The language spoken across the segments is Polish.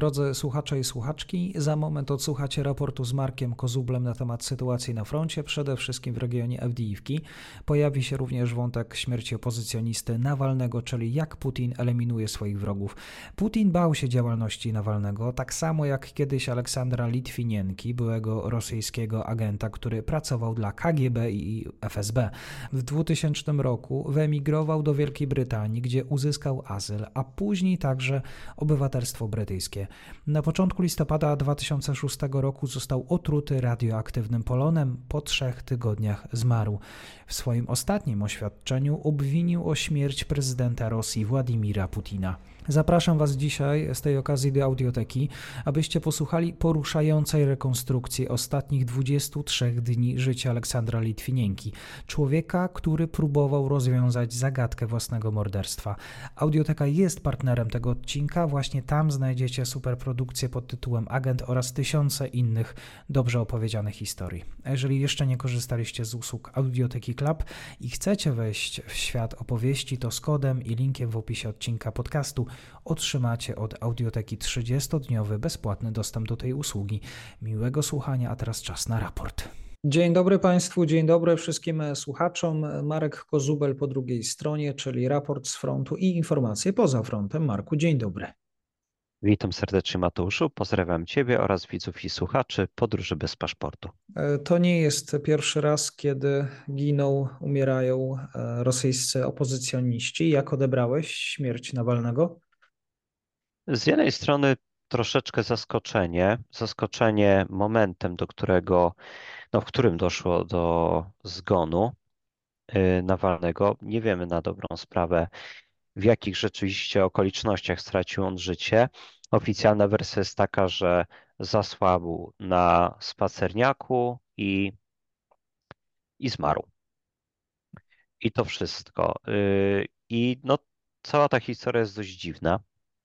drodzy słuchacze i słuchaczki. Za moment odsłuchacie raportu z Markiem Kozublem na temat sytuacji na froncie, przede wszystkim w regionie Awdijiwki. Pojawi się również wątek śmierci opozycjonisty Nawalnego, czyli jak Putin eliminuje swoich wrogów. Putin bał się działalności Nawalnego, tak samo jak kiedyś Aleksandra Litwinienki, byłego rosyjskiego agenta, który pracował dla KGB i FSB. W 2000 roku wyemigrował do Wielkiej Brytanii, gdzie uzyskał azyl, a później także obywatelstwo brytyjskie. Na początku listopada 2006 roku został otruty radioaktywnym polonem, po 3 tygodniach zmarł. W swoim ostatnim oświadczeniu obwinił o śmierć prezydenta Rosji Władimira Putina. Zapraszam Was dzisiaj z tej okazji do audioteki, abyście posłuchali poruszającej rekonstrukcji ostatnich 23 dni życia Aleksandra Litwinienki, człowieka, który próbował rozwiązać zagadkę własnego morderstwa. Audioteka jest partnerem tego odcinka, właśnie tam znajdziecie superprodukcję pod tytułem Agent oraz tysiące innych dobrze opowiedzianych historii. A jeżeli jeszcze nie korzystaliście z usług Audioteki Club i chcecie wejść w świat opowieści, to z kodem i linkiem w opisie odcinka podcastu otrzymacie od Audioteki 30-dniowy bezpłatny dostęp do tej usługi. Miłego słuchania, a teraz czas na raport. Dzień dobry Państwu, dzień dobry wszystkim słuchaczom. Marek Kozubel po drugiej stronie, czyli raport z frontu i informacje poza frontem. Marku, dzień dobry. Witam serdecznie, Mateuszu, pozdrawiam Ciebie oraz widzów i słuchaczy Podróży bez paszportu. To nie jest pierwszy raz, kiedy giną, umierają rosyjscy opozycjoniści. Jak odebrałeś śmierć Nawalnego? Z jednej strony troszeczkę zaskoczenie momentem, w którym doszło do zgonu Nawalnego. Nie wiemy na dobrą sprawę, w jakich rzeczywiście okolicznościach stracił on życie. Oficjalna wersja jest taka, że zasłabł na spacerniaku i zmarł. I to wszystko. I no, cała ta historia jest dość dziwna.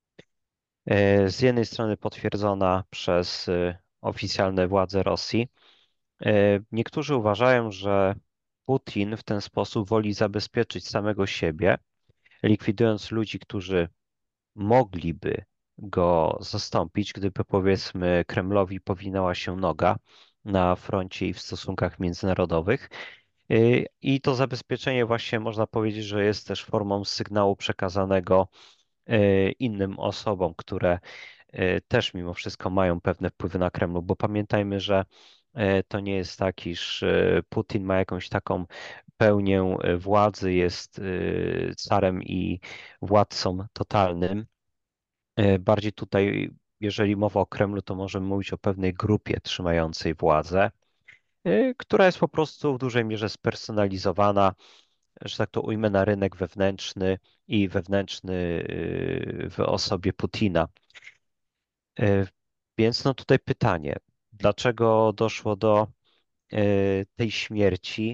Z jednej strony potwierdzona przez oficjalne władze Rosji. Niektórzy uważają, że Putin w ten sposób woli zabezpieczyć samego siebie, likwidując ludzi, którzy mogliby go zastąpić, gdyby powiedzmy Kremlowi powinęła się noga na froncie i w stosunkach międzynarodowych. I to zabezpieczenie właśnie można powiedzieć, że jest też formą sygnału przekazanego innym osobom, które też mimo wszystko mają pewne wpływy na Kremlu, bo pamiętajmy, że to nie jest tak, iż Putin ma jakąś taką pełnię władzy, jest carem i władcą totalnym. Bardziej tutaj, jeżeli mowa o Kremlu, to możemy mówić o pewnej grupie trzymającej władzę, która jest po prostu w dużej mierze spersonalizowana, że tak to ujmę, na rynek wewnętrzny i wewnętrzny w osobie Putina. Więc no tutaj pytanie, dlaczego doszło do tej śmierci?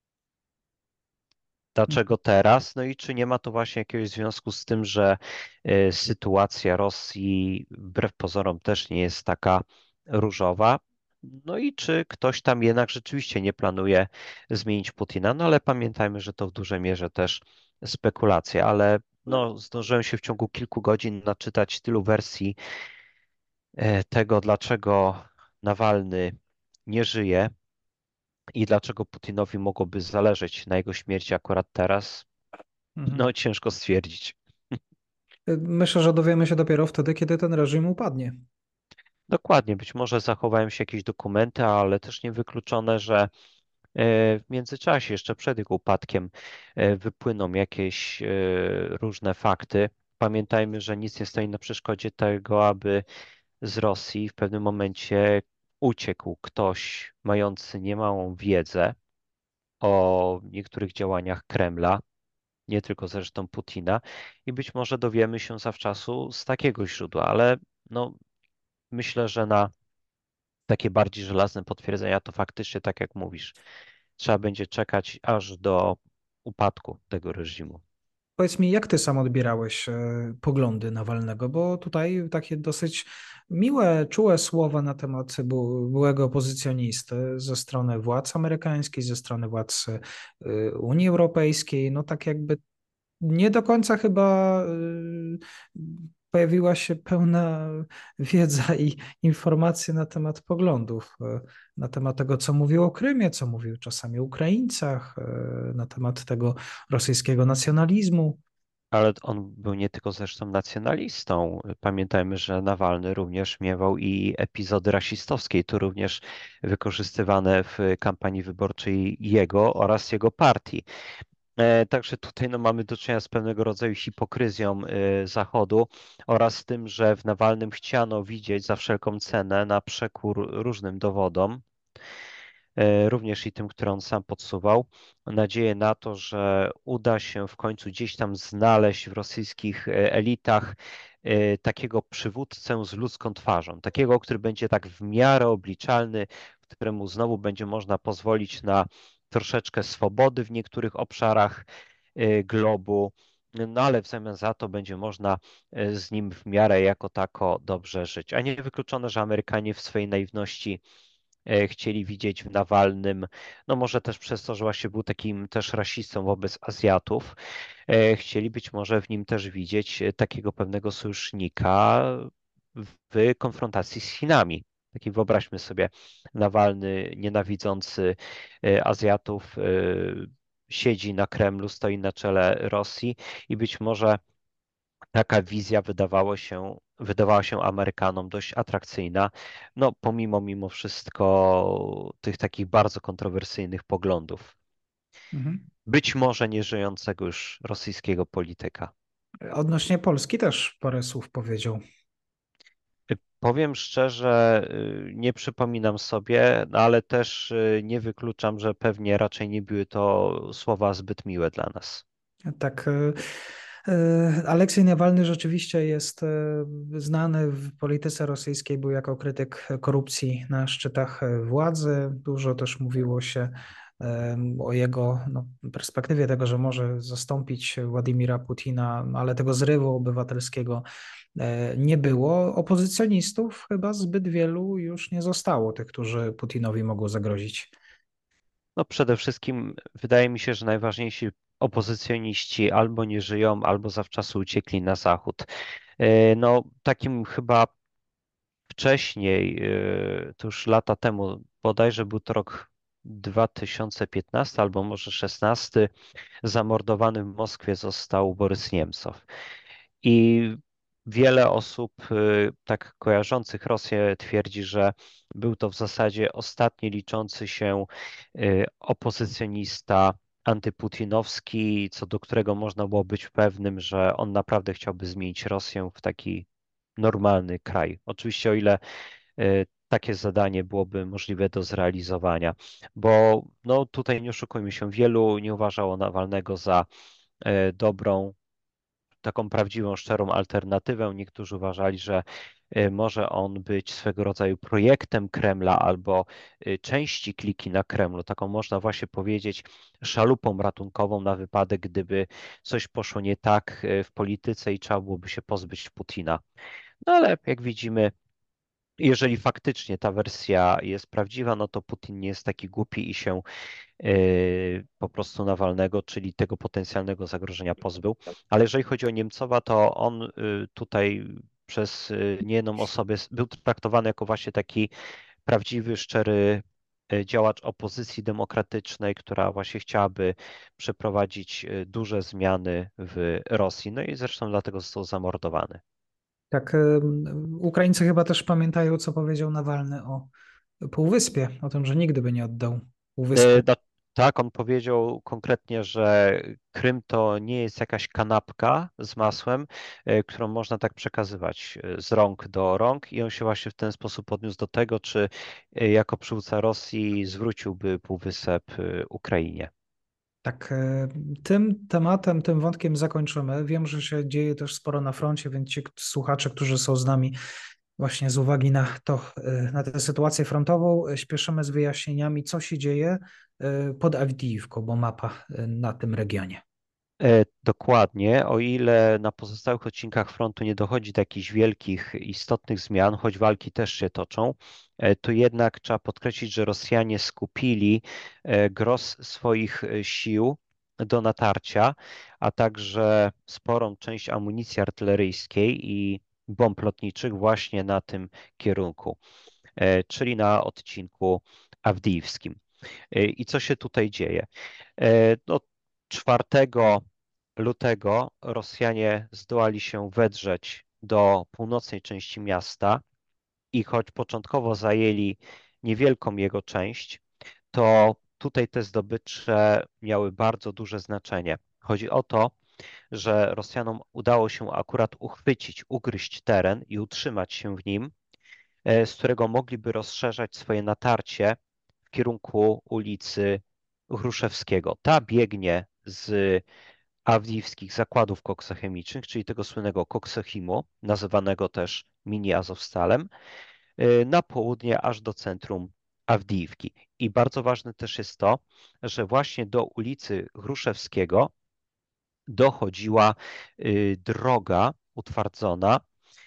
Dlaczego teraz? No i czy nie ma to właśnie jakiegoś związku z tym, że sytuacja Rosji wbrew pozorom też nie jest taka różowa? No i czy ktoś tam jednak rzeczywiście nie planuje zmienić Putina? No ale pamiętajmy, że to w dużej mierze też spekulacje, ale no, zdążyłem się w ciągu kilku godzin naczytać tylu wersji tego, dlaczego Nawalny nie żyje i dlaczego Putinowi mogłoby zależeć na jego śmierci akurat teraz. Mhm. No, ciężko stwierdzić. Myślę, że dowiemy się dopiero wtedy, kiedy ten reżim upadnie. Dokładnie, być może zachowają się jakieś dokumenty, ale też niewykluczone, że w międzyczasie, jeszcze przed jego upadkiem, wypłyną jakieś różne fakty. Pamiętajmy, że nic nie stoi na przeszkodzie tego, aby z Rosji w pewnym momencie uciekł ktoś mający niemałą wiedzę o niektórych działaniach Kremla, nie tylko zresztą Putina, i być może dowiemy się zawczasu z takiego źródła, ale no, myślę, że na takie bardziej żelazne potwierdzenia to faktycznie, tak jak mówisz, trzeba będzie czekać aż do upadku tego reżimu. Powiedz mi, jak ty sam odbierałeś poglądy Nawalnego, bo tutaj takie dosyć miłe, czułe słowa na temat byłego opozycjonisty ze strony władz amerykańskich, ze strony władz Unii Europejskiej, no tak jakby nie do końca chyba pojawiła się pełna wiedza i informacje na temat poglądów, na temat tego, co mówił o Krymie, co mówił czasami o Ukraińcach, na temat tego rosyjskiego nacjonalizmu. Ale on był nie tylko zresztą nacjonalistą. Pamiętajmy, że Nawalny również miewał i epizody rasistowskie. To również wykorzystywane w kampanii wyborczej jego oraz jego partii. Także tutaj no, mamy do czynienia z pewnego rodzaju hipokryzją Zachodu oraz z tym, że w Nawalnym chciano widzieć za wszelką cenę na przekór różnym dowodom, również i tym, które on sam podsuwał, nadzieję na to, że uda się w końcu gdzieś tam znaleźć w rosyjskich elitach takiego przywódcę z ludzką twarzą, takiego, który będzie tak w miarę obliczalny, któremu znowu będzie można pozwolić na troszeczkę swobody w niektórych obszarach globu, no ale w zamian za to będzie można z nim w miarę jako tako dobrze żyć. A nie wykluczone, że Amerykanie w swojej naiwności chcieli widzieć w Nawalnym, no może też przez to, że właśnie był takim też rasistą wobec Azjatów, chcieli być może w nim też widzieć takiego pewnego sojusznika w konfrontacji z Chinami. Taki wyobraźmy sobie, Nawalny nienawidzący Azjatów siedzi na Kremlu, stoi na czele Rosji i być może taka wizja wydawała się Amerykanom dość atrakcyjna, no pomimo mimo wszystko tych takich bardzo kontrowersyjnych poglądów. Mhm. Być może nieżyjącego już rosyjskiego polityka. Odnośnie Polski też parę słów powiedział. Powiem szczerze, nie przypominam sobie, no ale też nie wykluczam, że pewnie raczej nie były to słowa zbyt miłe dla nas. Tak, Aleksiej Nawalny rzeczywiście jest znany w polityce rosyjskiej, był jako krytyk korupcji na szczytach władzy. Dużo też mówiło się o jego no, perspektywie tego, że może zastąpić Władimira Putina, no, ale tego zrywu obywatelskiego nie było. Opozycjonistów chyba zbyt wielu już nie zostało, tych, którzy Putinowi mogą zagrozić. No przede wszystkim wydaje mi się, że najważniejsi opozycjoniści albo nie żyją, albo zawczasu uciekli na zachód. No takim chyba wcześniej, to już lata temu, bodajże był to rok 2015 albo może 16, zamordowany w Moskwie został Borys Niemcow. I wiele osób tak kojarzących Rosję twierdzi, że był to w zasadzie ostatni liczący się opozycjonista antyputinowski, co do którego można było być pewnym, że on naprawdę chciałby zmienić Rosję w taki normalny kraj. Oczywiście o ile takie zadanie byłoby możliwe do zrealizowania, bo no, tutaj nie oszukujmy się, wielu nie uważało Nawalnego za dobrą, taką prawdziwą, szczerą alternatywę. Niektórzy uważali, że może on być swego rodzaju projektem Kremla albo części kliki na Kremlu, taką można właśnie powiedzieć szalupą ratunkową na wypadek, gdyby coś poszło nie tak w polityce i trzeba byłoby się pozbyć Putina. No ale jak widzimy, jeżeli faktycznie ta wersja jest prawdziwa, no to Putin nie jest taki głupi i się po prostu Nawalnego, czyli tego potencjalnego zagrożenia pozbył. Ale jeżeli chodzi o Niemcowa, to on tutaj przez niejedną osobę był traktowany jako właśnie taki prawdziwy, szczery działacz opozycji demokratycznej, która właśnie chciałaby przeprowadzić duże zmiany w Rosji. No i zresztą dlatego został zamordowany. Tak, Ukraińcy chyba też pamiętają, co powiedział Nawalny o Półwyspie, o tym, że nigdy by nie oddał E, Półwyspu. da- Tak, on powiedział konkretnie, że Krym to nie jest jakaś kanapka z masłem, którą można tak przekazywać z rąk do rąk i on się właśnie w ten sposób odniósł do tego, czy jako przywódca Rosji zwróciłby Półwysep Ukrainie. Tak, tym tematem, tym wątkiem zakończymy. Wiem, że się dzieje też sporo na froncie, więc ci słuchacze, którzy są z nami właśnie z uwagi na to, na tę sytuację frontową, śpieszymy z wyjaśnieniami, co się dzieje pod Awdijiwką, bo mapa na tym regionie. Dokładnie, o ile na pozostałych odcinkach frontu nie dochodzi do jakichś wielkich, istotnych zmian, choć walki też się toczą, to jednak trzeba podkreślić, że Rosjanie skupili gros swoich sił do natarcia, a także sporą część amunicji artyleryjskiej i bomb lotniczych właśnie na tym kierunku, czyli na odcinku awdijiwskim. I co się tutaj dzieje? No, 4 lutego Rosjanie zdołali się wedrzeć do północnej części miasta i choć początkowo zajęli niewielką jego część, to tutaj te zdobycze miały bardzo duże znaczenie. Chodzi o to, że Rosjanom udało się akurat uchwycić, ugryźć teren i utrzymać się w nim, z którego mogliby rozszerzać swoje natarcie w kierunku ulicy Hruszewskiego. Ta biegnie z awdijiwskich zakładów koksochemicznych, czyli tego słynnego koksochimu, nazywanego też mini Azowstalem, na południe aż do centrum Awdijiwki. I bardzo ważne też jest to, że właśnie do ulicy Hruszewskiego dochodziła droga utwardzona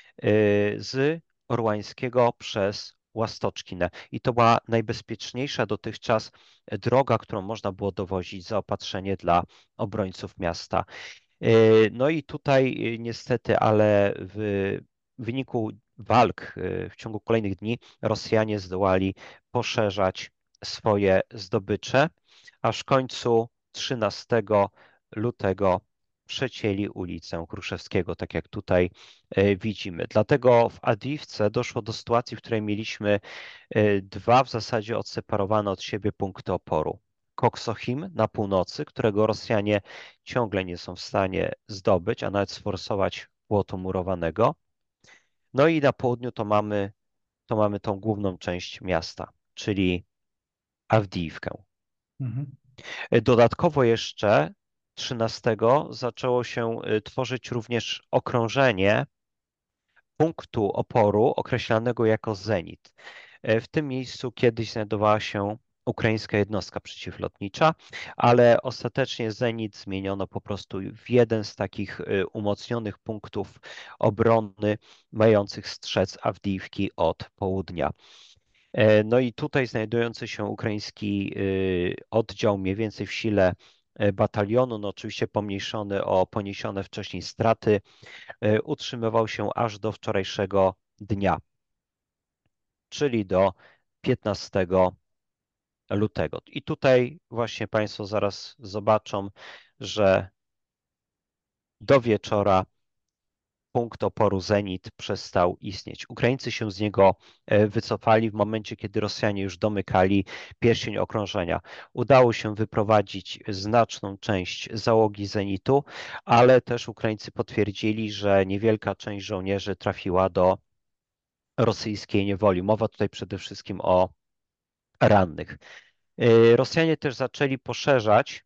z Orłańskiego przez Łastoczkinę. I to była najbezpieczniejsza dotychczas droga, którą można było dowozić zaopatrzenie dla obrońców miasta. No i tutaj niestety, ale w wyniku walk w ciągu kolejnych dni Rosjanie zdołali poszerzać swoje zdobycze, aż w końcu 13 lutego przecięli ulicę Kruszewskiego, tak jak tutaj widzimy. Dlatego w Awdijiwce doszło do sytuacji, w której mieliśmy dwa w zasadzie odseparowane od siebie punkty oporu. Koksochim na północy, którego Rosjanie ciągle nie są w stanie zdobyć, a nawet sforsować płotu murowanego. No i na południu to mamy tą główną część miasta, czyli Awdijiwkę. Mhm. Dodatkowo jeszcze 13 zaczęło się tworzyć również okrążenie punktu oporu określanego jako Zenit. W tym miejscu kiedyś znajdowała się ukraińska jednostka przeciwlotnicza, ale ostatecznie Zenit zmieniono po prostu w jeden z takich umocnionych punktów obrony mających strzec Awdijiwki od południa. No i tutaj znajdujący się ukraiński oddział mniej więcej w sile batalionu, no oczywiście pomniejszony o poniesione wcześniej straty, utrzymywał się aż do wczorajszego dnia, czyli do 15 lutego. I tutaj właśnie Państwo zaraz zobaczą, że do wieczora punkt oporu Zenit przestał istnieć. Ukraińcy się z niego wycofali w momencie, kiedy Rosjanie już domykali pierścień okrążenia. Udało się wyprowadzić znaczną część załogi Zenitu, ale też Ukraińcy potwierdzili, że niewielka część żołnierzy trafiła do rosyjskiej niewoli. Mowa tutaj przede wszystkim o rannych. Rosjanie też zaczęli poszerzać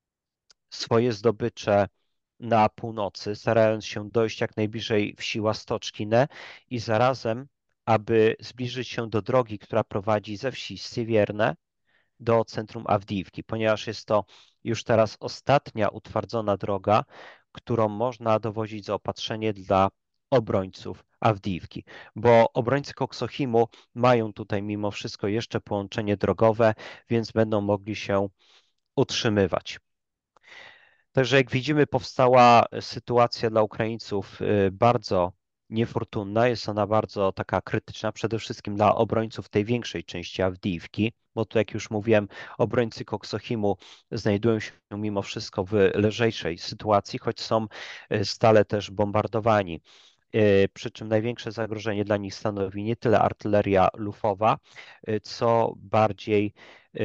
swoje zdobycze na północy, starając się dojść jak najbliżej wsi Łastoczkinę i zarazem, aby zbliżyć się do drogi, która prowadzi ze wsi Siwierne do centrum Awdijiwki, ponieważ jest to już teraz ostatnia utwardzona droga, którą można dowozić zaopatrzenie dla obrońców Awdijiwki, bo obrońcy Koksochimu mają tutaj mimo wszystko jeszcze połączenie drogowe, więc będą mogli się utrzymywać. Także jak widzimy, powstała sytuacja dla Ukraińców bardzo niefortunna. Jest ona bardzo taka krytyczna, przede wszystkim dla obrońców tej większej części Awdijiwki, bo tu, jak już mówiłem, obrońcy Koksochimu znajdują się mimo wszystko w lżejszej sytuacji, choć są stale też bombardowani. Przy czym największe zagrożenie dla nich stanowi nie tyle artyleria lufowa, co bardziej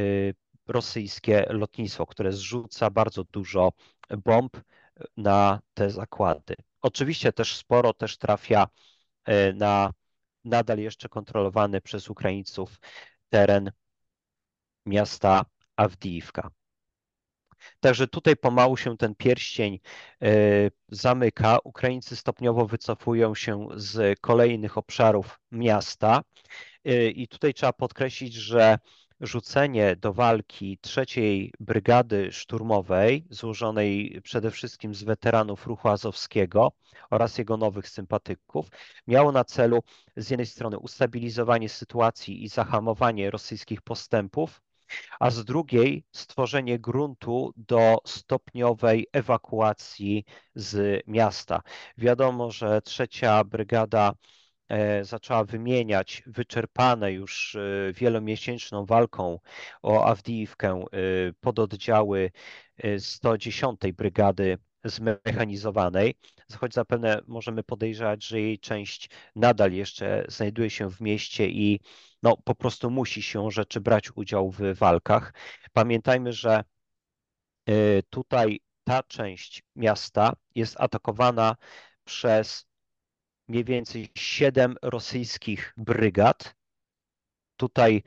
rosyjskie lotnictwo, które zrzuca bardzo dużo bomb na te zakłady. Oczywiście też sporo też trafia na nadal jeszcze kontrolowany przez Ukraińców teren miasta Awdijiwka. Także tutaj pomału się ten pierścień zamyka. Ukraińcy stopniowo wycofują się z kolejnych obszarów miasta. I tutaj trzeba podkreślić, że rzucenie do walki trzeciej brygady szturmowej, złożonej przede wszystkim z weteranów ruchu azowskiego oraz jego nowych sympatyków, miało na celu z jednej strony ustabilizowanie sytuacji i zahamowanie rosyjskich postępów, a z drugiej stworzenie gruntu do stopniowej ewakuacji z miasta. Wiadomo, że trzecia brygada zaczęła wymieniać wyczerpane już wielomiesięczną walką o Awdijiwkę pododdziały 110 Brygady Zmechanizowanej, choć zapewne możemy podejrzewać, że jej część nadal jeszcze znajduje się w mieście i no, po prostu musi siłą rzeczy brać udział w walkach. Pamiętajmy, że tutaj ta część miasta jest atakowana przez mniej więcej 7 rosyjskich brygad. Tutaj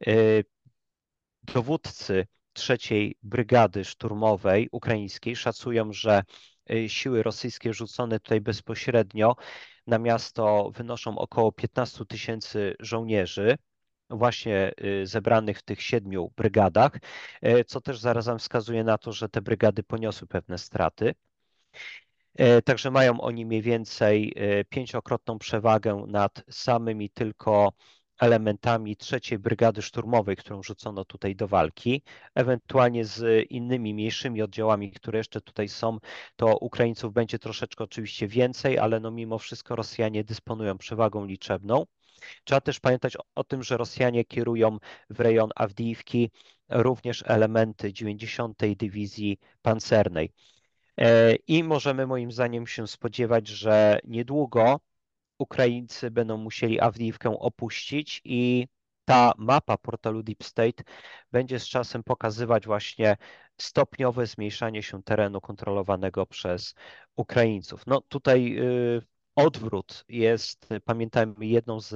dowódcy trzeciej brygady szturmowej ukraińskiej szacują, że siły rosyjskie rzucone tutaj bezpośrednio na miasto wynoszą około 15 tysięcy żołnierzy, właśnie zebranych w tych 7 brygadach, co też zarazem wskazuje na to, że te brygady poniosły pewne straty. Także mają oni mniej więcej 5-krotną przewagę nad samymi tylko elementami trzeciej brygady szturmowej, którą rzucono tutaj do walki. Ewentualnie z innymi mniejszymi oddziałami, które jeszcze tutaj są, to Ukraińców będzie troszeczkę oczywiście więcej, ale no mimo wszystko Rosjanie dysponują przewagą liczebną. Trzeba też pamiętać o tym, że Rosjanie kierują w rejon Awdijiwki również elementy 90. Dywizji Pancernej. I możemy moim zdaniem się spodziewać, że niedługo Ukraińcy będą musieli Awdijiwkę opuścić i ta mapa portalu Deep State będzie z czasem pokazywać właśnie stopniowe zmniejszanie się terenu kontrolowanego przez Ukraińców. No tutaj odwrót jest, pamiętajmy,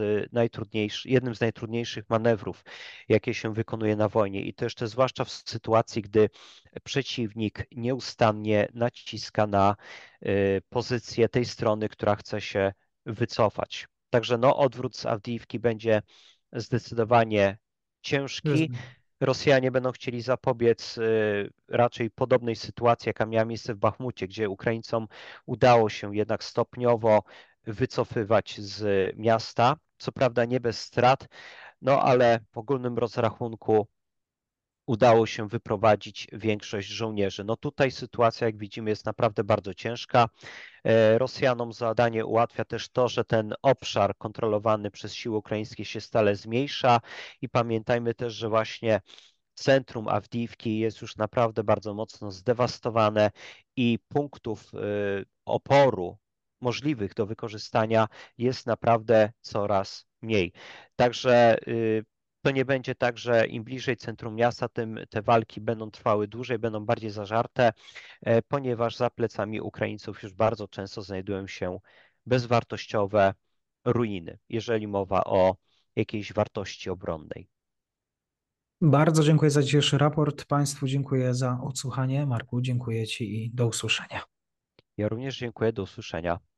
jednym z najtrudniejszych manewrów, jakie się wykonuje na wojnie i to jeszcze zwłaszcza w sytuacji, gdy przeciwnik nieustannie naciska na pozycję tej strony, która chce się wycofać. Także no, odwrót z Awdijiwki będzie zdecydowanie ciężki. Rosjanie będą chcieli zapobiec raczej podobnej sytuacji, jaka miała miejsce w Bachmucie, gdzie Ukraińcom udało się jednak stopniowo wycofywać z miasta. Co prawda nie bez strat, no ale w ogólnym rozrachunku udało się wyprowadzić większość żołnierzy. No tutaj sytuacja, jak widzimy, jest naprawdę bardzo ciężka. Rosjanom zadanie ułatwia też to, że ten obszar kontrolowany przez siły ukraińskie się stale zmniejsza i pamiętajmy też, że właśnie centrum Awdijiwki jest już naprawdę bardzo mocno zdewastowane i punktów oporu możliwych do wykorzystania jest naprawdę coraz mniej. Także to nie będzie tak, że im bliżej centrum miasta, tym te walki będą trwały dłużej, będą bardziej zażarte, ponieważ za plecami Ukraińców już bardzo często znajdują się bezwartościowe ruiny, jeżeli mowa o jakiejś wartości obronnej. Bardzo dziękuję za dzisiejszy raport. Państwu dziękuję za odsłuchanie. Marku, dziękuję Ci i do usłyszenia. Ja również dziękuję, do usłyszenia.